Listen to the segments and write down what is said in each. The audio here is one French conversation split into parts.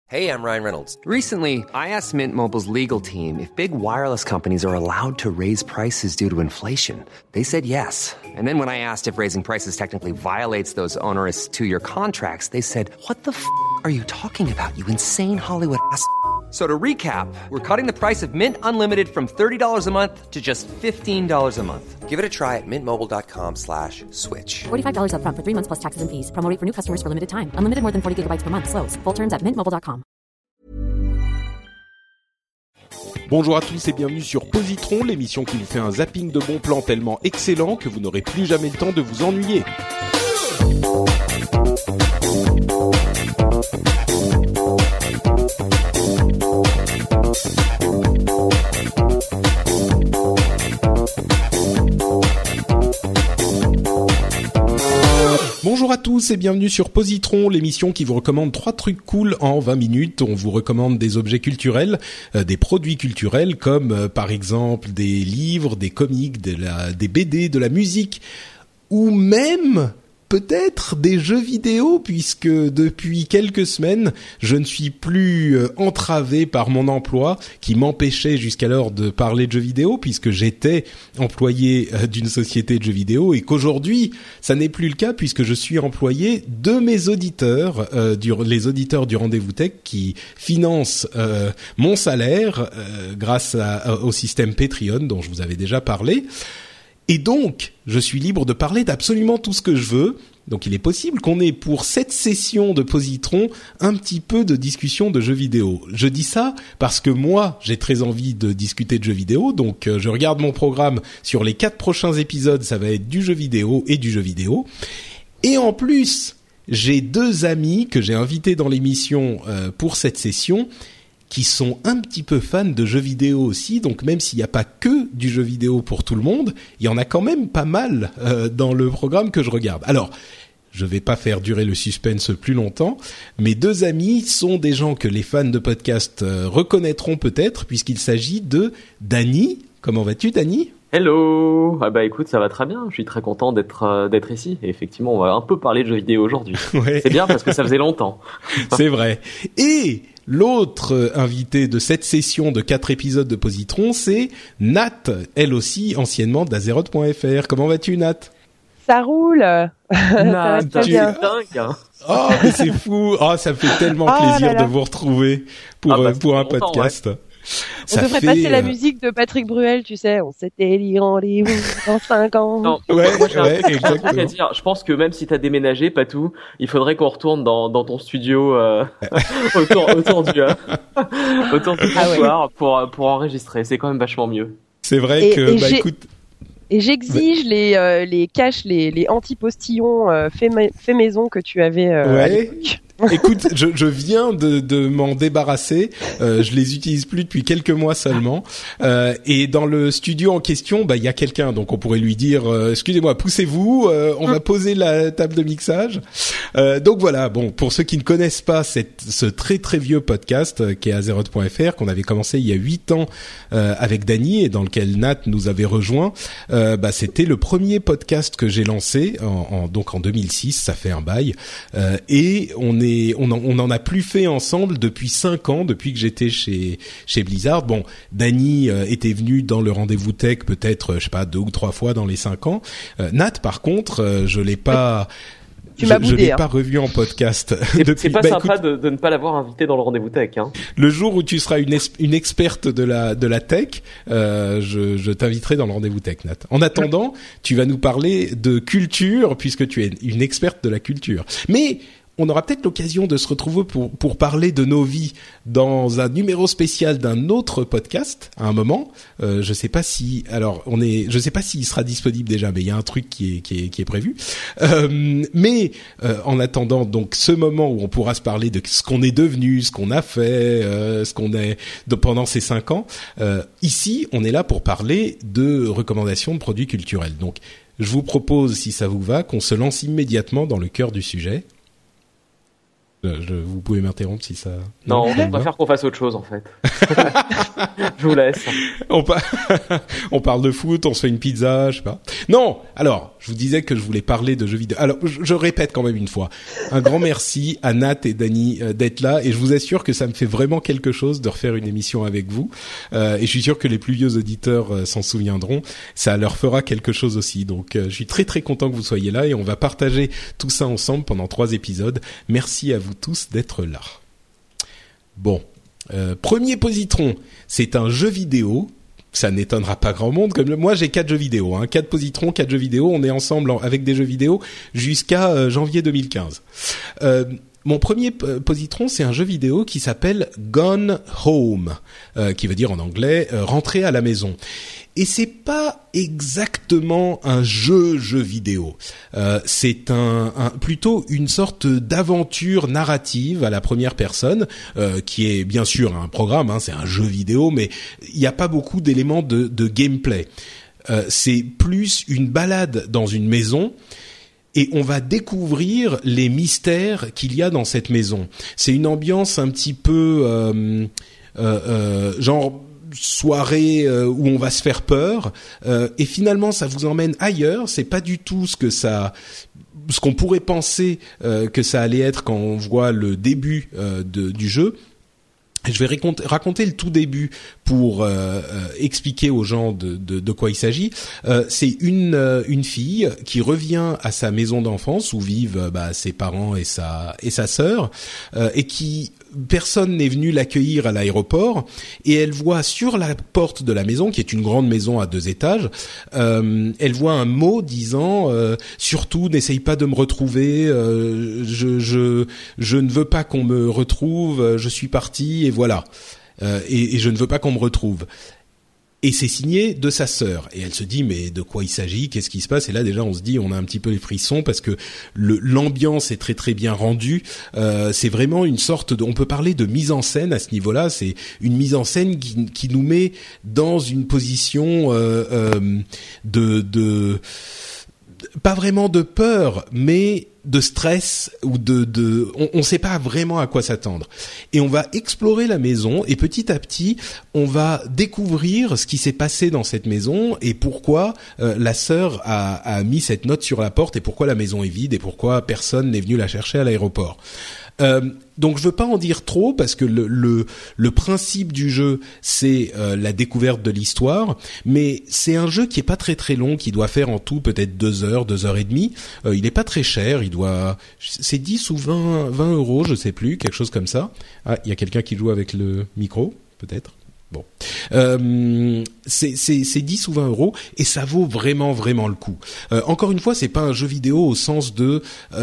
Hey, I'm Ryan Reynolds. Recently, I asked Mint Mobile's legal team if big wireless companies are allowed to raise prices due to inflation. They said yes. And then when I asked if raising prices technically violates those onerous two-year contracts, they said, "What the f*** are you talking about, you insane Hollywood ass?" So to recap, we're cutting the price of Mint Unlimited from $30 a month to just $15 a month. Give it a try at mintmobile.com/switch. $45 up front for 3 months plus taxes and fees. Promo rate for new customers for limited time. Unlimited more than 40 gigabytes per month. Slows full terms at mintmobile.com. Bonjour à tous et bienvenue sur Positron, l'émission qui vous fait un zapping de bons plans tellement excellent que vous n'aurez plus jamais le temps de vous ennuyer. Bonjour à tous et bienvenue sur Positron, l'émission qui vous recommande 3 trucs cool en 20 minutes. On vous recommande des objets culturels, des produits culturels comme par exemple des livres, des comics, des BD, de la musique ou même peut-être des jeux vidéo, puisque depuis quelques semaines, je ne suis plus entravé par mon emploi qui m'empêchait jusqu'alors de parler de jeux vidéo, puisque j'étais employé d'une société de jeux vidéo, et qu'aujourd'hui, ça n'est plus le cas, puisque je suis employé de mes auditeurs, les auditeurs du Rendez-vous Tech, qui financent mon salaire grâce au système Patreon, dont je vous avais déjà parlé. Et donc, je suis libre de parler d'absolument tout ce que je veux. Donc, il est possible qu'on ait pour cette session de Positron un petit peu de discussion de jeux vidéo. Je dis ça parce que moi, j'ai très envie de discuter de jeux vidéo. Donc, je regarde mon programme. Sur les 4 prochains épisodes, ça va être du jeu vidéo et du jeu vidéo. Et en plus, j'ai 2 amis que j'ai invités dans l'émission pour cette session, qui sont un petit peu fans de jeux vidéo aussi, donc même s'il n'y a pas que du jeu vidéo pour tout le monde, il y en a quand même pas mal dans le programme que je regarde. Alors, je vais pas faire durer le suspense plus longtemps. Mes 2 amis sont des gens que les fans de podcast reconnaîtront peut-être, puisqu'il s'agit de Dany. Comment vas-tu, Dany ? Hello. Ah bah écoute, ça va très bien. Je suis très content d'être ici. Et effectivement, on va un peu parler de jeux vidéo aujourd'hui. Ouais. C'est bien parce que ça faisait longtemps. C'est vrai. Et l'autre invité de cette session de 4 épisodes de Positron, c'est Nat, elle aussi anciennement d'Azeroth.fr. Comment vas-tu, Nat ? Ça roule. Nat, tu es dingue. Hein. Oh, mais c'est fou. Oh, ça fait tellement plaisir de vous retrouver pour un podcast. Ouais. On devrait passer la musique de Patrick Bruel, tu sais. On s'était dit rendez-vous dans 5 ans. Non, exactement. Dire, je pense que même si t'as déménagé, Patou, il faudrait qu'on retourne dans ton studio autour du soir pour enregistrer. C'est quand même vachement mieux. C'est vrai écoute. Et j'exige les caches, les anti-postillons fait maison que tu avais à l'époque. Écoute, je viens de m'en débarrasser. Je les utilise plus depuis quelques mois seulement. Et dans le studio en question, il y a quelqu'un, donc on pourrait lui dire excusez-moi, poussez-vous, on va poser la table de mixage. Donc voilà, bon, pour ceux qui ne connaissent pas ce très très vieux podcast qui est Azeroth.fr, qu'on avait commencé il y a 8 ans avec Dany et dans lequel Nat nous avait rejoint, c'était le premier podcast que j'ai lancé donc en 2006, ça fait un bail, et on en a plus fait ensemble depuis 5 ans, depuis que j'étais chez Blizzard. Bon, Dany était venu dans le Rendez-vous Tech peut-être, je sais pas, 2 ou 3 fois dans les 5 ans. Nat, par contre, je l'ai pas... Je l'ai pas revu en podcast. C'est pas sympa écoute, de ne pas l'avoir invité dans le Rendez-vous Tech. Hein. Le jour où tu seras une experte de la tech, je t'inviterai dans le Rendez-vous Tech, Nat. En attendant, tu vas nous parler de culture, puisque tu es une experte de la culture. Mais on aura peut-être l'occasion de se retrouver pour parler de nos vies dans un numéro spécial d'un autre podcast à un moment. Je sais pas s'il sera disponible déjà, mais il y a un truc qui est prévu. Mais en attendant donc ce moment où on pourra se parler de ce qu'on est devenu, ce qu'on a fait, ce qu'on est pendant ces 5 ans. Ici, on est là pour parler de recommandations de produits culturels. Donc, je vous propose, si ça vous va, qu'on se lance immédiatement dans le cœur du sujet. Vous pouvez m'interrompre si ça... Non, on va faire qu'on fasse autre chose en fait. Je vous laisse. On parle de foot, on se fait une pizza, je sais pas. Non, alors, je vous disais que je voulais parler de jeux vidéo. Alors, je répète quand même une fois. Un grand merci à Nat et Dany d'être là, et je vous assure que ça me fait vraiment quelque chose de refaire une émission avec vous. Et je suis sûr que les plus vieux auditeurs s'en souviendront. Ça leur fera quelque chose aussi. Donc, je suis très très content que vous soyez là, et on va partager tout ça ensemble pendant 3 épisodes. Merci à vous tous d'être là. Bon, premier positron, c'est un jeu vidéo. Ça n'étonnera pas grand monde. Comme moi, j'ai 4 jeux vidéo, 4 positrons, 4 jeux vidéo. On est ensemble avec des jeux vidéo jusqu'à janvier 2015. Mon premier positron, c'est un jeu vidéo qui s'appelle Gone Home, qui veut dire en anglais rentrer à la maison. Et c'est pas exactement un jeu vidéo. C'est plutôt une sorte d'aventure narrative à la première personne, qui est bien sûr un programme, c'est un jeu vidéo, mais il n'y a pas beaucoup d'éléments de gameplay. C'est plus une balade dans une maison. Et on va découvrir les mystères qu'il y a dans cette maison. C'est une ambiance un petit peu genre soirée où on va se faire peur. Et finalement, ça vous emmène ailleurs. C'est pas du tout ce qu'on pourrait penser que ça allait être quand on voit le début du jeu. Je vais raconter le tout début pour expliquer aux gens de quoi il s'agit. C'est une fille qui revient à sa maison d'enfance où vivent ses parents et sa sœur, et qui personne n'est venu l'accueillir à l'aéroport, et elle voit sur la porte de la maison, qui est une grande maison à 2 étages, elle voit un mot disant surtout n'essaye pas de me retrouver, je ne veux pas qu'on me retrouve, je suis partie et voilà, et je ne veux pas qu'on me retrouve. Et c'est signé de sa sœur. Et elle se dit, mais de quoi il s'agit? Qu'est-ce qui se passe? Et là, déjà, on se dit, on a un petit peu les frissons parce que l'ambiance est très très bien rendue. C'est vraiment une sorte on peut parler de mise en scène à ce niveau-là. C'est une mise en scène qui nous met dans une position de pas vraiment de peur, mais de stress ou on sait pas vraiment à quoi s'attendre. Et on va explorer la maison, et petit à petit, on va découvrir ce qui s'est passé dans cette maison et pourquoi la sœur a mis cette note sur la porte, et pourquoi la maison est vide, et pourquoi personne n'est venu la chercher à l'aéroport. Donc je veux pas en dire trop parce que le principe du jeu c'est la découverte de l'histoire, mais c'est un jeu qui est pas très très long, qui doit faire en tout peut-être 2 heures, 2 heures et demie. Il est pas très cher, c'est 10 ou 20 euros, je sais plus, quelque chose comme ça. Ah, il y a quelqu'un qui joue avec le micro, peut-être. Bon, c'est 10 ou 20 euros, et ça vaut vraiment vraiment le coup. Encore une fois, c'est pas un jeu vidéo au sens de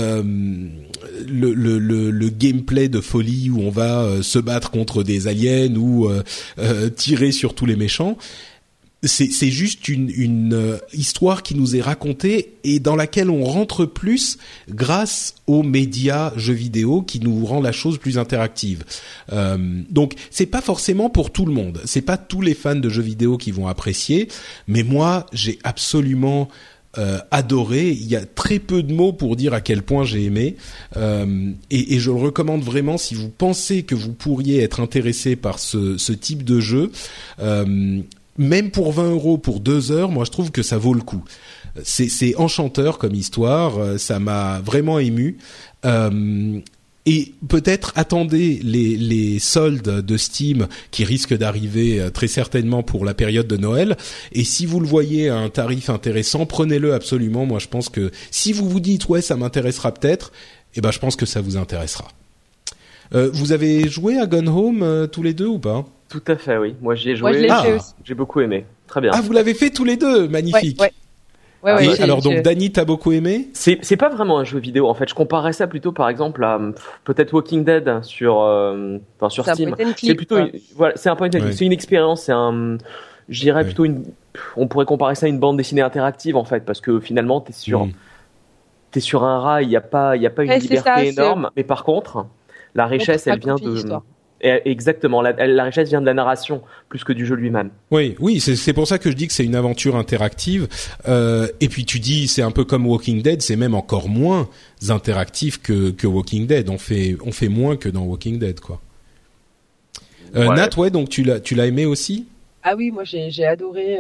le gameplay de folie où on va se battre contre des aliens ou tirer sur tous les méchants. C'est juste une histoire qui nous est racontée et dans laquelle on rentre plus grâce aux médias jeux vidéo qui nous rend la chose plus interactive. Donc c'est pas forcément pour tout le monde. C'est pas tous les fans de jeux vidéo qui vont apprécier, mais moi j'ai absolument adoré. Il y a très peu de mots pour dire à quel point j'ai aimé, et je le recommande vraiment si vous pensez que vous pourriez être intéressé par ce type de jeu. Même pour 20 euros pour 2 heures, moi je trouve que ça vaut le coup. C'est enchanteur comme histoire, ça m'a vraiment ému. Et peut-être attendez les soldes de Steam qui risquent d'arriver très certainement pour la période de Noël. Et si vous le voyez à un tarif intéressant, prenez-le absolument. Moi je pense que si vous vous dites ouais ça m'intéressera peut-être, je pense que ça vous intéressera. Vous avez joué à Gone Home tous les deux ou pas? Tout à fait, oui. Moi, j'y ai joué. Moi, je l'ai fait aussi. J'ai beaucoup aimé. Très bien. Ah, vous l'avez fait tous les deux. Magnifique. Ouais, et alors, donc, Dany, t'as beaucoup aimé? C'est pas vraiment un jeu vidéo. En fait, je comparais ça plutôt, par exemple, à peut-être Walking Dead sur Steam. C'est plutôt, c'est un point and click. C'est une expérience. Je dirais plutôt on pourrait comparer ça à une bande dessinée interactive, en fait, parce que finalement, t'es sur un rail. Il y a pas une liberté énorme. Mais par contre, la richesse, elle vient de. Exactement, la richesse vient de la narration plus que du jeu lui-même. Oui, c'est pour ça que je dis que c'est une aventure interactive. Et puis tu dis, c'est un peu comme Walking Dead, c'est même encore moins interactif que Walking Dead. On fait moins que dans Walking Dead, quoi. Nat, donc tu l'as aimé aussi? Ah oui, moi j'ai adoré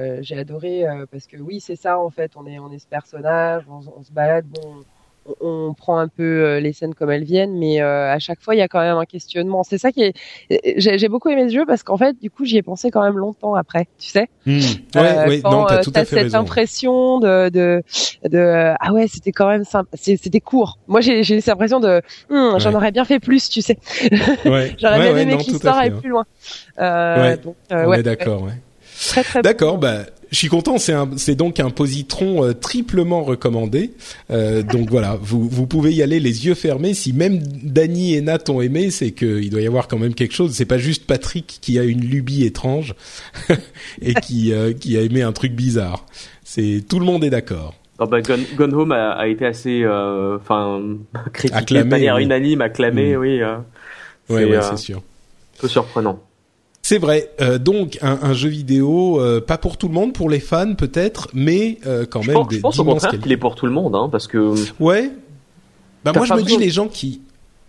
parce que oui, c'est ça en fait, on est ce personnage, on se balade, bon, on prend un peu les scènes comme elles viennent, mais à chaque fois il y a quand même un questionnement. C'est ça qui est. J'ai beaucoup aimé ce jeu parce qu'en fait, du coup, j'y ai pensé quand même longtemps après, tu sais. Ouais, quand non, t'as tout à fait cette raison. impression de ah ouais, c'était quand même simple, c'était court. Moi, j'ai cette impression de j'en aurais bien fait plus, tu sais. Ouais. J'aurais bien aimé non, que tout à l'histoire fait, aille hein. plus loin. Donc, On est d'accord, ouais. Très très D'accord, bon. bah je suis content. C'est donc un positron triplement recommandé. Donc voilà, vous pouvez y aller les yeux fermés. Si même Dany et Nat ont aimé, c'est que il doit y avoir quand même quelque chose. C'est pas juste Patrick qui a une lubie étrange et qui a aimé un truc bizarre. C'est tout le monde est d'accord. Oh bah, Gone Home a été assez, critiqué Acclamé, de manière oui. unanime, acclamé, oui. Ouais, c'est sûr. Un peu surprenant. C'est vrai. Donc un jeu vidéo pas pour tout le monde, pour les fans peut-être, mais quand même Je pense au contraire qu'il est pour tout le monde, hein, parce que. Ouais. Bah moi je me dis les gens qui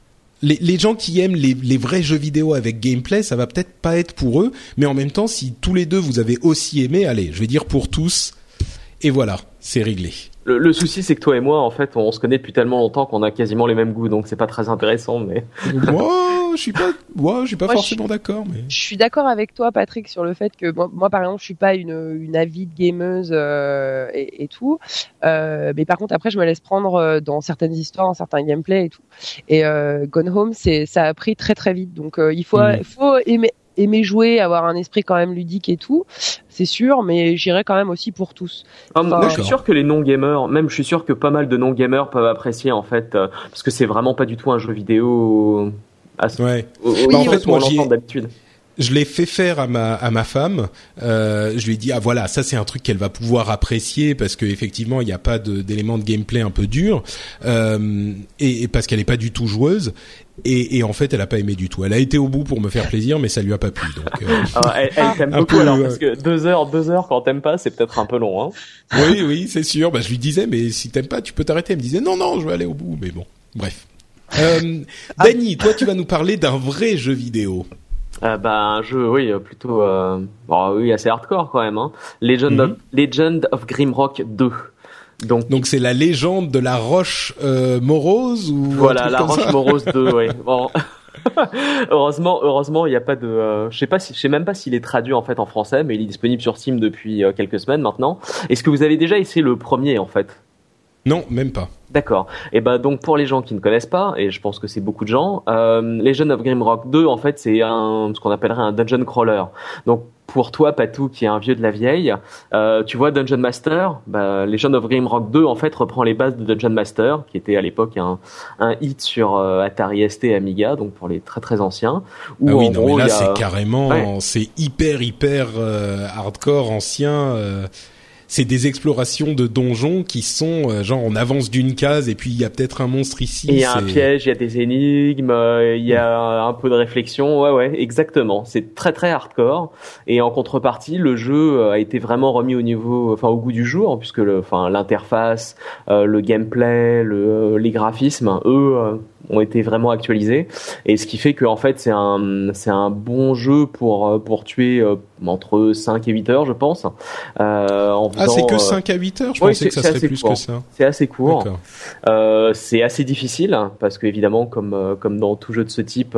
aiment les vrais jeux vidéo avec gameplay, ça va peut-être pas être pour eux, mais en même temps si tous les deux vous avez aussi aimé, allez, je vais dire pour tous. Et voilà, c'est réglé. Le souci, c'est que toi et moi, en fait, on se connaît depuis tellement longtemps qu'on a quasiment les mêmes goûts, donc c'est pas très intéressant, mais. Moi, je suis pas forcément d'accord, mais. Je suis d'accord avec toi, Patrick, sur le fait que moi par exemple, je suis pas une avide gameuse et tout, mais par contre après, je me laisse prendre dans certaines histoires, dans certains gameplays et tout. Et Gone Home, ça a pris très très vite, donc il faut aimer jouer, avoir un esprit quand même ludique et tout, c'est sûr, mais j'irai quand même aussi pour tous. Moi, je suis sûr que les non-gamers, même je suis sûr que pas mal de non-gamers peuvent apprécier en fait, parce que c'est vraiment pas du tout un jeu vidéo. Ouais. En fait, moi, d'habitude. Je l'ai fait faire à ma femme. Je lui ai dit voilà, ça c'est un truc qu'elle va pouvoir apprécier parce que effectivement il n'y a pas d'éléments de gameplay un peu durs et parce qu'elle est pas du tout joueuse. Et en fait, elle a pas aimé du tout. Elle a été au bout pour me faire plaisir, mais ça lui a pas plu. Donc, elle t'aime beaucoup alors, parce que 2 heures quand t'aimes pas, c'est peut-être un peu long, hein. Oui, c'est sûr. Bah, je lui disais, mais si t'aimes pas, tu peux t'arrêter. Elle me disait, non, je veux aller au bout. Mais bon, bref. Dany, toi, tu vas nous parler d'un vrai jeu vidéo. Un jeu, oui, plutôt, oui, assez hardcore quand même, hein. Legend of Grimrock 2. Donc c'est la légende de la roche morose ou voilà, la roche morose 2, oui. Bon. Heureusement, il y a pas de je sais même pas s'il est traduit en fait en français, mais il est disponible sur Steam depuis quelques semaines maintenant. Est-ce que vous avez déjà essayé le premier en fait? Non, même pas. D'accord. Et donc pour les gens qui ne connaissent pas, et je pense que c'est beaucoup de gens, Legend of Grimrock 2 en fait c'est ce qu'on appellerait un dungeon crawler. Donc pour toi Patou qui est un vieux de la vieille, tu vois Dungeon Master, Legend of Grimrock 2 en fait reprend les bases de Dungeon Master qui était à l'époque un hit sur Atari ST et Amiga, donc pour les très très anciens. Ah oui, non mais là c'est carrément c'est hyper hardcore ancien. C'est des explorations de donjons qui sont genre on avance d'une case et puis il y a peut-être un monstre ici. Et il y a un piège, il y a des énigmes, il y a un peu de réflexion. Ouais, exactement. C'est très très hardcore. Et en contrepartie, le jeu a été vraiment remis au goût du jour, puisque l'interface, le gameplay, les graphismes, eux, ont été vraiment actualisés. Et ce qui fait que en fait c'est un bon jeu pour tuer entre 5 et 8 heures, je pense. C'est que 5 à 8 heures, je pensais que ça serait plus que ça. C'est assez court. C'est assez difficile parce que évidemment comme dans tout jeu de ce type,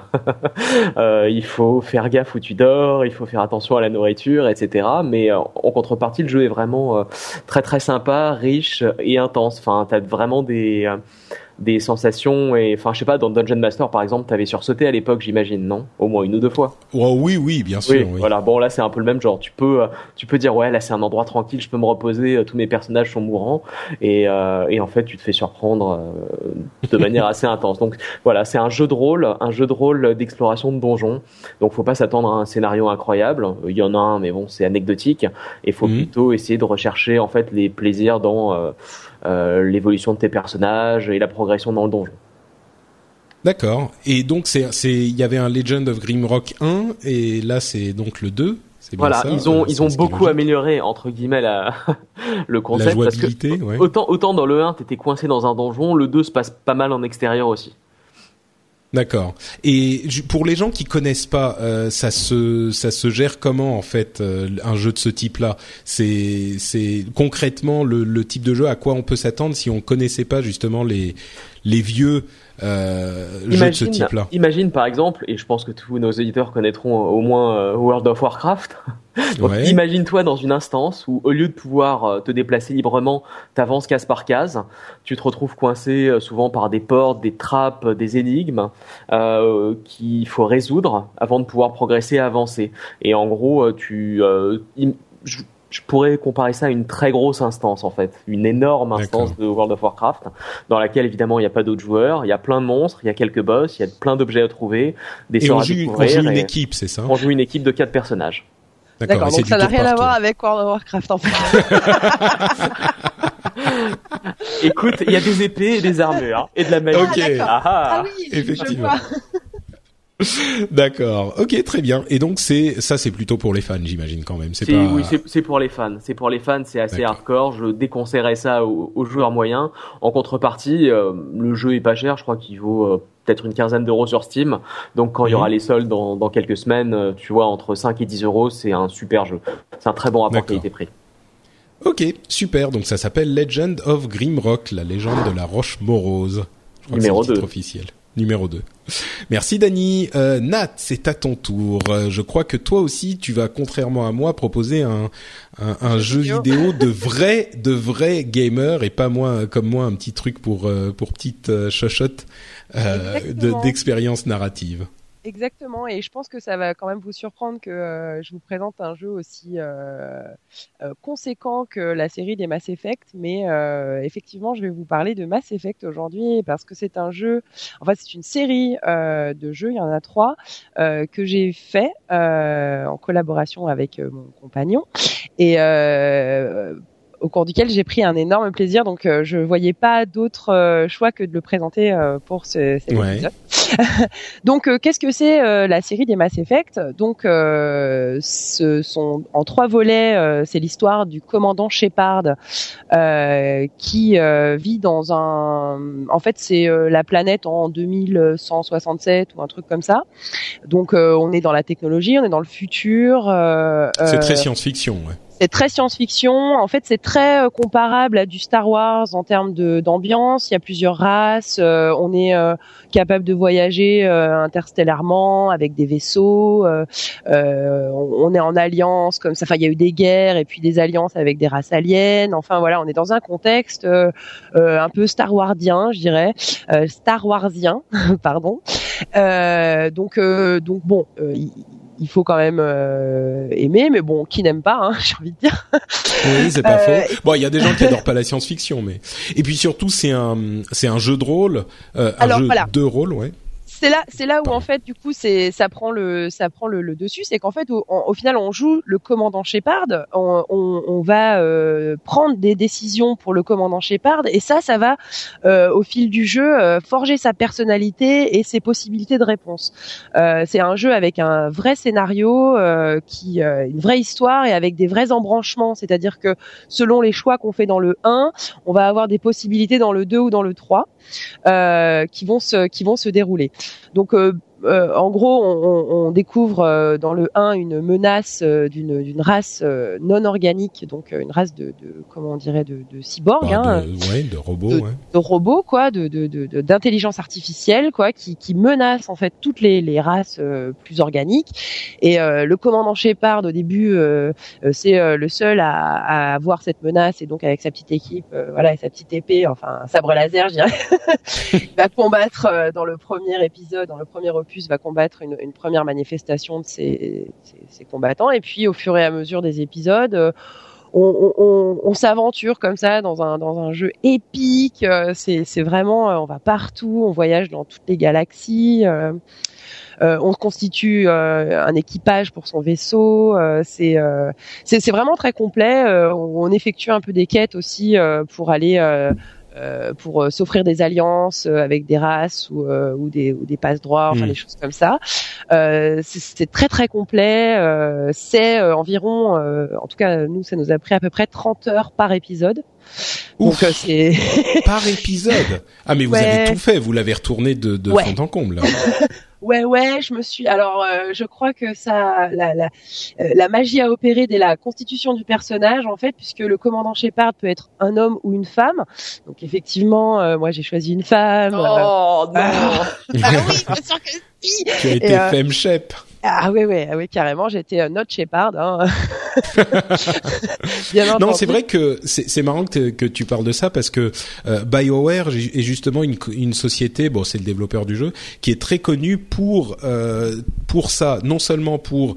il faut faire gaffe où tu dors, il faut faire attention à la nourriture, etc. Mais en contrepartie, le jeu est vraiment très très sympa, riche et intense. Enfin, t'as vraiment des sensations et je sais pas, dans Dungeon Master par exemple t'avais sursauté à l'époque, j'imagine, non? Au moins 1 ou 2 fois. Oh, oui, bien sûr. Oui. Voilà, bon là c'est un peu le même genre, tu peux dire ouais là c'est un endroit tranquille, je peux me reposer, tous mes personnages sont mourants et en fait tu te fais surprendre de manière assez intense. Donc voilà, c'est un jeu de rôle d'exploration de donjons. Donc faut pas s'attendre à un scénario incroyable, il y en a un mais bon c'est anecdotique et faut plutôt essayer de rechercher en fait les plaisirs dans l'évolution de tes personnages et la progression dans le donjon. D'accord. Et donc il y avait un Legend of Grimrock 1 et là c'est donc le 2. C'est bien voilà, ça, ils ont beaucoup amélioré entre guillemets le concept, la jouabilité, parce que autant dans le 1 t'étais coincé dans un donjon, le 2 se passe pas mal en extérieur aussi. D'accord. Et pour les gens qui connaissent pas, ça se gère comment en fait un jeu de ce type-là? C'est concrètement le type de jeu à quoi on peut s'attendre si on connaissait pas justement les vieux jeux de ce type-là. Imagine par exemple, et je pense que tous nos éditeurs connaîtront au moins World of Warcraft. Donc, ouais. Imagine-toi dans une instance où au lieu de pouvoir te déplacer librement, t'avances case par case, tu te retrouves coincé souvent par des portes, des trappes, des énigmes qu'il faut résoudre avant de pouvoir progresser et avancer. Et en gros, je pourrais comparer ça à une très grosse instance en fait, une énorme instance de World of Warcraft dans laquelle évidemment il n'y a pas d'autres joueurs, il y a plein de monstres, il y a quelques boss, il y a plein d'objets à trouver, des sorts à découvrir. On joue une équipe, c'est ça? On joue une équipe de 4 personnages. D'accord, donc ça n'a rien à voir avec World of Warcraft en fait. Écoute, il y a des épées et des armures et de la magie. Ok. Ah oui, effectivement. D'accord. Ok, très bien. Et donc c'est plutôt pour les fans, j'imagine quand même. Oui, c'est pour les fans. C'est pour les fans, c'est assez hardcore. Je déconseillerais ça aux joueurs moyens. En contrepartie, le jeu est pas cher. Je crois qu'il vaut peut-être une quinzaine d'euros sur Steam. Donc quand il y aura les soldes dans quelques semaines, tu vois, entre 5 et 10 euros, c'est un super jeu. C'est un très bon rapport qualité-prix. Ok, super. Donc ça s'appelle Legend of Grimrock, la légende de la roche morose. Je crois Numéro que c'est le 2. titre officiel. Numéro 2. Merci Dany. Nat, c'est à ton tour. Je crois que toi aussi, tu vas, contrairement à moi, proposer un jeu vidéo de vrais gamers et pas comme moi, un petit truc pour petite chochotte d'expérience narrative. Exactement, et je pense que ça va quand même vous surprendre que je vous présente un jeu aussi conséquent que la série des Mass Effect, mais effectivement, je vais vous parler de Mass Effect aujourd'hui parce que c'est un jeu, en fait, c'est une série de jeux, il y en a 3 que j'ai fait en collaboration avec mon compagnon et au cours duquel j'ai pris un énorme plaisir, donc je voyais pas d'autre choix que de le présenter pour cet épisode. Donc qu'est-ce que c'est la série des Mass Effect? Donc ce sont en 3 volets, c'est l'histoire du commandant Shepard qui vit dans en fait c'est la planète en 2167 ou un truc comme ça. Donc on est dans la technologie, on est dans le futur. C'est très science-fiction, ouais. C'est très science-fiction. En fait, c'est très comparable à du Star Wars en termes d'ambiance. Il y a plusieurs races. On est capable de voyager interstellairement avec des vaisseaux. On est en alliance comme ça. Enfin, il y a eu des guerres et puis des alliances avec des races aliens. Enfin, voilà, on est dans un contexte un peu Star Warsien, je dirais. Star Warsien, pardon. Donc bon. Il faut quand même aimer, mais bon, qui n'aime pas, hein, j'ai envie de dire. Oui, c'est pas faux. Bon, il y a des gens qui adorent pas la science-fiction, mais et puis surtout c'est un jeu de rôle, de rôle, ouais. C'est là où en fait du coup ça prend le dessus, c'est qu'en fait au final on joue le commandant Shepard, on va prendre des décisions pour le commandant Shepard et ça va au fil du jeu forger sa personnalité et ses possibilités de réponse. C'est un jeu avec un vrai scénario une vraie histoire et avec des vrais embranchements, c'est-à-dire que selon les choix qu'on fait dans le 1, on va avoir des possibilités dans le 2 ou dans le 3 qui vont se dérouler. Donc en gros, on découvre dans le 1 une menace d'une race non organique, donc une race de comment on dirait de cyborg, de robots, de robots quoi, d'intelligence artificielle quoi, qui menace en fait toutes les races plus organiques. Et le commandant Shepard au début, c'est le seul à avoir cette menace et donc avec sa petite équipe, voilà, et sa petite épée, enfin un sabre laser, je dirais, il va combattre dans le premier épisode, dans le premier opus, va combattre une première manifestation de ces combattants et puis au fur et à mesure des épisodes on s'aventure comme ça dans un jeu épique, c'est vraiment on va partout, on voyage dans toutes les galaxies, on constitue un équipage pour son vaisseau, c'est vraiment très complet, on effectue un peu des quêtes aussi pour aller s'offrir des alliances avec des races ou des passe-droits, enfin des choses comme ça. C'est très très complet. C'est environ, en tout cas nous, ça nous a pris à peu près 30 heures par épisode. Ouf. Donc c'est par épisode. Ah mais vous avez tout fait, vous l'avez retourné de fond en comble là. Ouais, je me suis. Alors, je crois que ça, la magie a opéré dès la constitution du personnage, en fait, puisque le commandant Shepard peut être un homme ou une femme. Donc, effectivement, moi, j'ai choisi une femme. Oh non. Ah oui, bien sûr que si. Tu as été femme shep. Ah oui, carrément, j'étais notre Shepard. Hein. Non, c'est vrai que c'est marrant que tu parles de ça parce que BioWare est justement une société, bon, c'est le développeur du jeu, qui est très connu pour ça, non seulement pour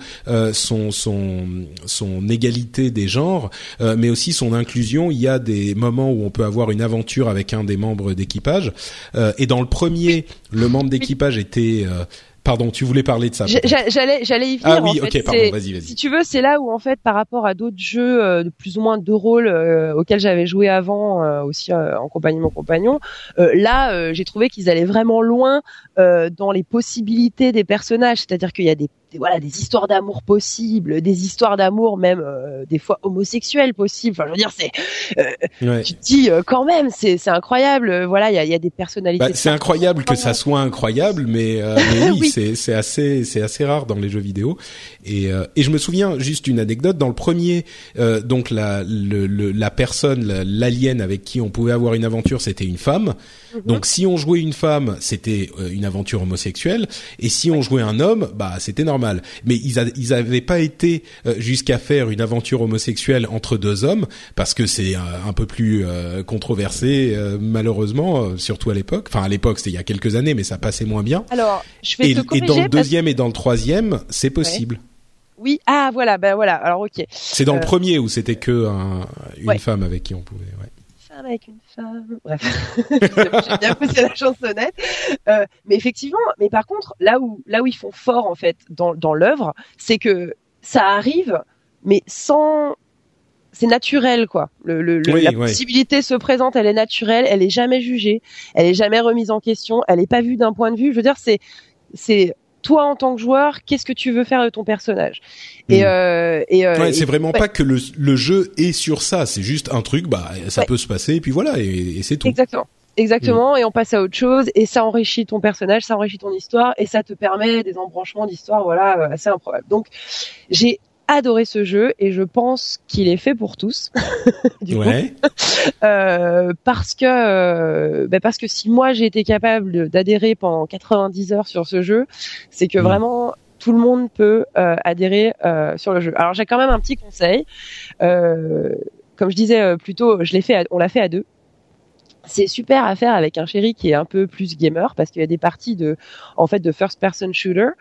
son égalité des genres, mais aussi son inclusion. Il y a des moments où on peut avoir une aventure avec un des membres d'équipage, et dans le premier, le membre d'équipage était Pardon, tu voulais parler de ça. J'allais y venir. Ah oui, en fait, ok, pardon, vas-y. Si tu veux, c'est là où en fait, par rapport à d'autres jeux de plus ou moins de rôle auxquels j'avais joué avant, aussi en compagnie de mon compagnon, là, j'ai trouvé qu'ils allaient vraiment loin dans les possibilités des personnages. C'est-à-dire qu'il y a des histoires d'amour possibles, des histoires d'amour même des fois homosexuelles possibles. Enfin, je veux dire, tu te dis quand même, c'est incroyable. Voilà, il y a des personnalités. Bah, c'est incroyable que ça soit incroyable, mais oui, oui. c'est assez rare dans les jeux vidéo. Et je me souviens juste une anecdote dans le premier. Donc la personne, l'alien avec qui on pouvait avoir une aventure, c'était une femme. Mm-hmm. Donc si on jouait une femme, c'était une aventure homosexuelle, et si on jouait un homme, bah c'était normal. Mais ils avaient pas été jusqu'à faire une aventure homosexuelle entre deux hommes, parce que c'est un peu plus controversé malheureusement, surtout à l'époque. Enfin à l'époque, c'était il y a quelques années, mais ça passait moins bien. Alors je vais te corriger. Et dans le deuxième et dans le troisième, c'est possible. Ouais. Oui, ah voilà, ben voilà. Alors ok. C'est dans le premier où c'était que une femme avec qui on pouvait. Ouais. Avec une femme, bref, j'ai bien poussé la chansonnette, mais effectivement, mais par contre, là où ils font fort en fait dans l'œuvre, c'est que ça arrive, mais c'est naturel quoi. La possibilité se présente, elle est naturelle, elle est jamais jugée, elle est jamais remise en question, elle est pas vue d'un point de vue. Je veux dire, c'est toi en tant que joueur, qu'est-ce que tu veux faire de ton personnage? C'est vraiment pas que le jeu est sur ça, c'est juste un truc, bah ça peut se passer et puis voilà et c'est tout. Exactement, et on passe à autre chose et ça enrichit ton personnage, ça enrichit ton histoire et ça te permet des embranchements d'histoire assez improbables. Donc j'ai adoré ce jeu et je pense qu'il est fait pour tous du coup. Parce que si moi j'ai été capable d'adhérer pendant 90 heures sur ce jeu, c'est que vraiment tout le monde peut adhérer sur le jeu. Alors j'ai quand même un petit conseil, comme je disais plus tôt, on l'a fait à deux. C'est super à faire avec un chéri qui est un peu plus gamer parce qu'il y a des parties de first person shooter,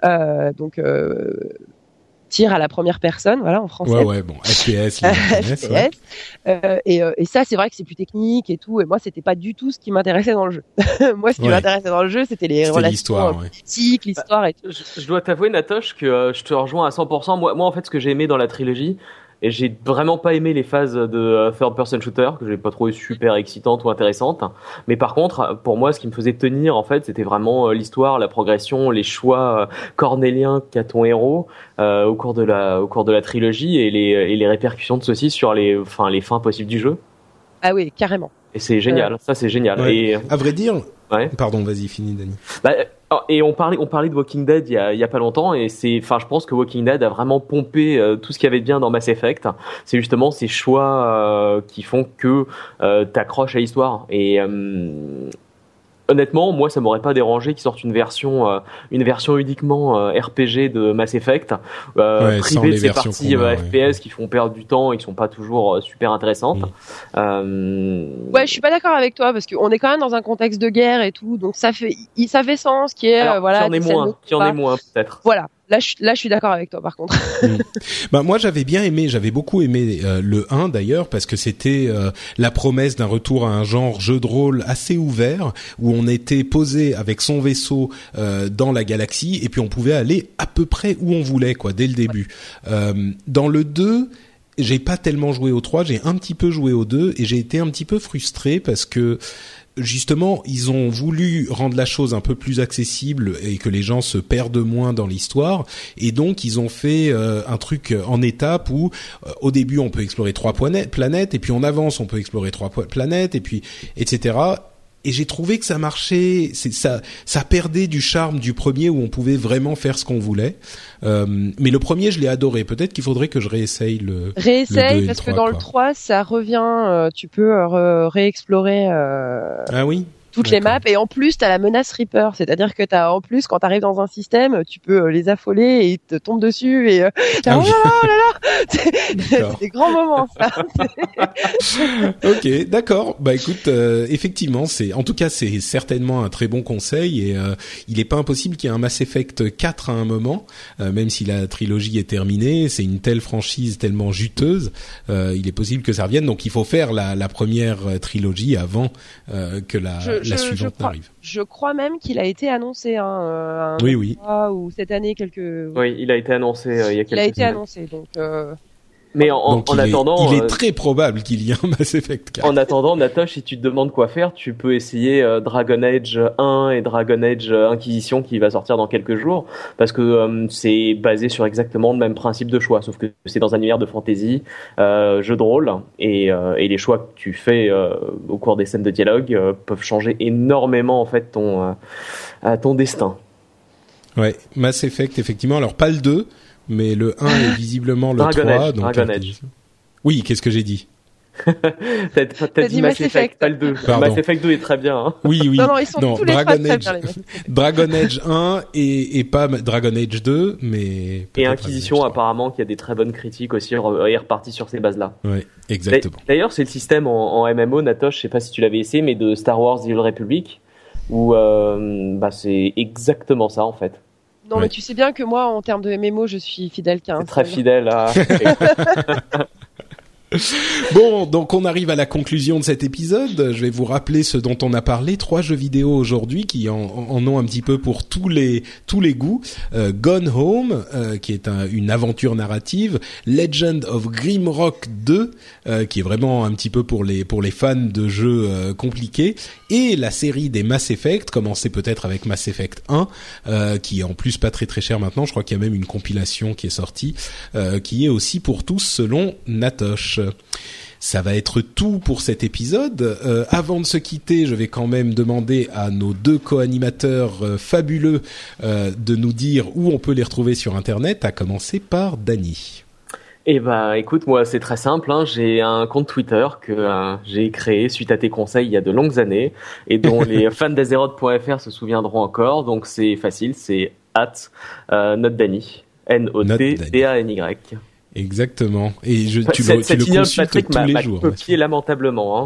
tir à la première personne, voilà, en français. Ouais, bon, FPS. Et ça, c'est vrai que c'est plus technique et tout. Et moi, c'était pas du tout ce qui m'intéressait dans le jeu. Moi, ce qui m'intéressait dans le jeu, c'était les relations politiques, l'histoire et tout. Je dois t'avouer, Natoche, que je te rejoins à 100%. Moi, en fait, ce que j'ai aimé dans la trilogie, et j'ai vraiment pas aimé les phases de third person shooter que j'ai pas trouvé super excitantes ou intéressantes. Mais par contre, pour moi, ce qui me faisait tenir, en fait, c'était vraiment l'histoire, la progression, les choix cornéliens qu'a ton héros au cours de la trilogie et les répercussions de ceci sur les fins possibles du jeu. Ah oui, carrément. Et c'est génial. Ça, c'est génial. Ouais. Et à vrai dire, pardon, vas-y, finis, Dany. Et on parlait de Walking Dead il y a pas longtemps et je pense que Walking Dead a vraiment pompé tout ce qu'il y avait de bien dans Mass Effect. C'est justement ces choix qui font que t'accroches à l'histoire. Et honnêtement, moi, ça m'aurait pas dérangé qu'ils sortent une version uniquement RPG de Mass Effect, privée de ces parties FPS qui font perdre du temps et qui sont pas toujours super intéressantes. Ouais, je suis pas d'accord avec toi parce qu'on est quand même dans un contexte de guerre et tout, donc ça fait sens qui est qui en est moins peut-être. Voilà. Là, je suis d'accord avec toi, par contre. Bah, moi, j'avais beaucoup aimé le 1 d'ailleurs, parce que c'était la promesse d'un retour à un genre jeu de rôle assez ouvert, où on était posé avec son vaisseau dans la galaxie, et puis on pouvait aller à peu près où on voulait, quoi, dès le début. Dans le 2, j'ai pas tellement joué au 3, j'ai un petit peu joué au 2 et j'ai été un petit peu frustré parce que justement, ils ont voulu rendre la chose un peu plus accessible et que les gens se perdent moins dans l'histoire. Et donc, ils ont fait un truc en étapes où, au début, on peut explorer 3 planètes, et puis on avance, on peut explorer 3 planètes, et puis etc. Et j'ai trouvé que ça marchait, ça perdait du charme du premier où on pouvait vraiment faire ce qu'on voulait. Mais le premier, je l'ai adoré. Peut-être qu'il faudrait que je réessaye le 2 et parce le 3, que dans le 3, ça revient, tu peux réexplorer ah oui, toutes les maps, et en plus t'as la menace Reaper, c'est-à-dire que t'as en plus, quand t'arrives dans un système, tu peux les affoler et ils te tombent dessus et oh là là, c'est des grands moments ça. Ok, d'accord. Bah écoute, effectivement, en tout cas c'est certainement un très bon conseil, et il est pas impossible qu'il y ait un Mass Effect 4 à un moment, même si la trilogie est terminée. C'est une telle franchise tellement juteuse, il est possible que ça revienne. Donc il faut faire la première trilogie avant que la suivante n'arrive. Je crois même qu'il a été annoncé, oui. Ou cette année Oui, il a été annoncé il y a quelques semaines. Il a été annoncé, donc. Mais en attendant, il est très probable qu'il y ait un Mass Effect 4. En attendant, Natosh, si tu te demandes quoi faire, tu peux essayer Dragon Age 1 et Dragon Age Inquisition qui va sortir dans quelques jours, parce que c'est basé sur exactement le même principe de choix, sauf que c'est dans un univers de fantasy, jeu de rôle, et les choix que tu fais au cours des scènes de dialogue peuvent changer énormément en fait ton destin. Ouais, Mass Effect effectivement. Alors pas le 2. Mais le 1 est visiblement le Dragon 3. Age, donc Dragon Age. Oui, qu'est-ce que j'ai dit? T'as dit Mass Effect, pas le 2. Pardon. Mass Effect 2 est très bien. Hein. Oui. Non, ils sont tous les Dragon très Age, bien, les Mass Dragon Age 1 et pas Dragon Age 2, mais... Et Inquisition, apparemment, qui a des très bonnes critiques aussi, est reparti sur ces bases-là. Oui, exactement. D'ailleurs, c'est le système en MMO, Natosh, je sais pas si tu l'avais essayé, mais de Star Wars The Old Republic, où c'est exactement ça, en fait. Non, mais tu sais bien que moi, en termes de MMO, je suis fidèle qu'à un. C'est très fidèle à... Bon, donc on arrive à la conclusion de cet épisode. Je vais vous rappeler ce dont on a parlé. 3 jeux vidéo aujourd'hui qui en ont un petit peu pour tous les goûts. Gone Home, qui est une aventure narrative. Legend of Grimrock 2, qui est vraiment un petit peu pour les fans de jeux compliqués. Et la série des Mass Effect, commencé peut-être avec Mass Effect 1, qui est en plus pas très très cher maintenant. Je crois qu'il y a même une compilation qui est sortie, qui est aussi pour tous selon Natosh. Ça va être tout pour cet épisode. Avant de se quitter, je vais quand même demander à nos 2 co-animateurs fabuleux de nous dire où on peut les retrouver sur Internet, à commencer par Dany. Eh ben, écoute, moi, c'est très simple. Hein. J'ai un compte Twitter que j'ai créé suite à tes conseils il y a de longues années et dont les fans d'Azeroth.fr se souviendront encore. Donc, c'est facile, c'est @notdany, NOTDANY. Exactement. Et tu le consultes tous les jours. Copié lamentablement. Hein,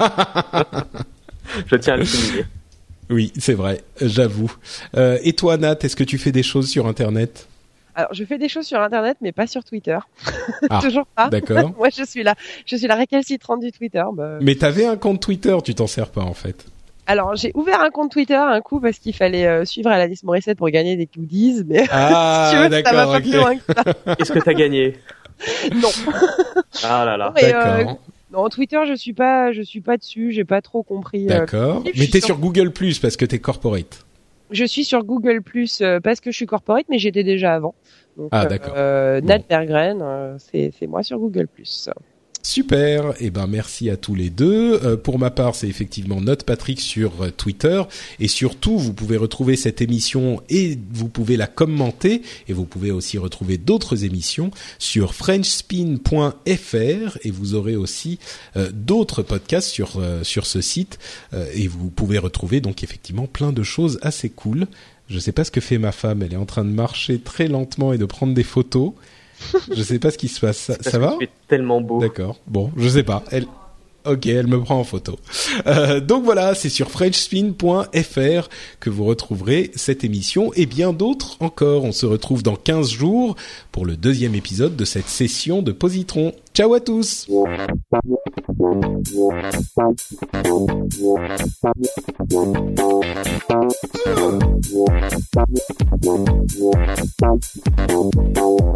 je tiens à le souligner. Oui, c'est vrai, j'avoue. Et toi, Nat, est-ce que tu fais des choses sur Internet ? Alors, je fais des choses sur Internet, mais pas sur Twitter. Ah, toujours pas. D'accord. Moi, je suis la récalcitrante du Twitter. Mais t'avais un compte Twitter, tu t'en sers pas en fait. Alors, j'ai ouvert un compte Twitter un coup parce qu'il fallait suivre Alanis Morissette pour gagner des goodies, mais si tu veux, d'accord, ça va pas plus loin que ça. Est-ce que t'as gagné ? Non. Ah là là. Mais, d'accord. non, Twitter, je suis pas dessus, j'ai pas trop compris. D'accord. Mais t'es sur Google Plus parce que t'es corporate. Je suis sur Google Plus parce que je suis corporate, mais j'étais déjà avant. Donc, d'accord. Nat Berggren, c'est moi sur Google Plus. Super, et ben merci à tous les 2. Pour ma part, c'est effectivement NotePatrick sur Twitter, et surtout vous pouvez retrouver cette émission et vous pouvez la commenter, et vous pouvez aussi retrouver d'autres émissions sur frenchspin.fr, et vous aurez aussi d'autres podcasts sur ce site, et vous pouvez retrouver donc effectivement plein de choses assez cool. Je sais pas ce que fait ma femme, elle est en train de marcher très lentement et de prendre des photos. Je sais pas ce qui se passe. Ça va ? Tu es tellement beau. D'accord. Bon, je sais pas. Ok, elle me prend en photo. Donc voilà, c'est sur frenchspin.fr que vous retrouverez cette émission et bien d'autres encore. On se retrouve dans 15 jours pour le 2e épisode de cette session de Positron. Ciao à tous!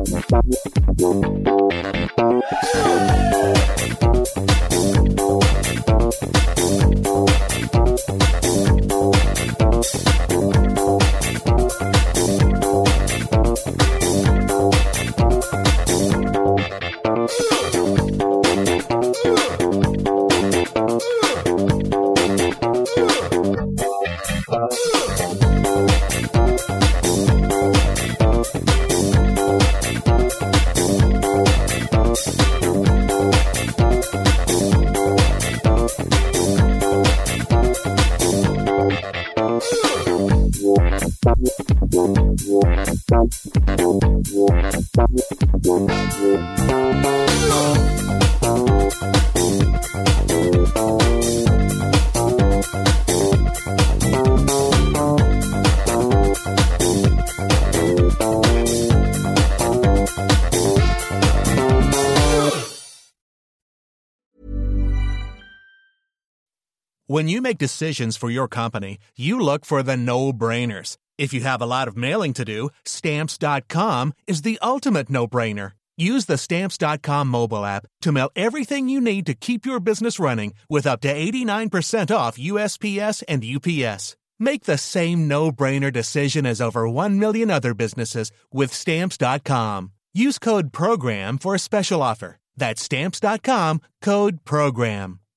When you make decisions for your company, you look for the no-brainers. If you have a lot of mailing to do, Stamps.com is the ultimate no-brainer. Use the Stamps.com mobile app to mail everything you need to keep your business running with up to 89% off USPS and UPS. Make the same no-brainer decision as over 1 million other businesses with Stamps.com. Use code PROGRAM for a special offer. That's Stamps.com, code PROGRAM.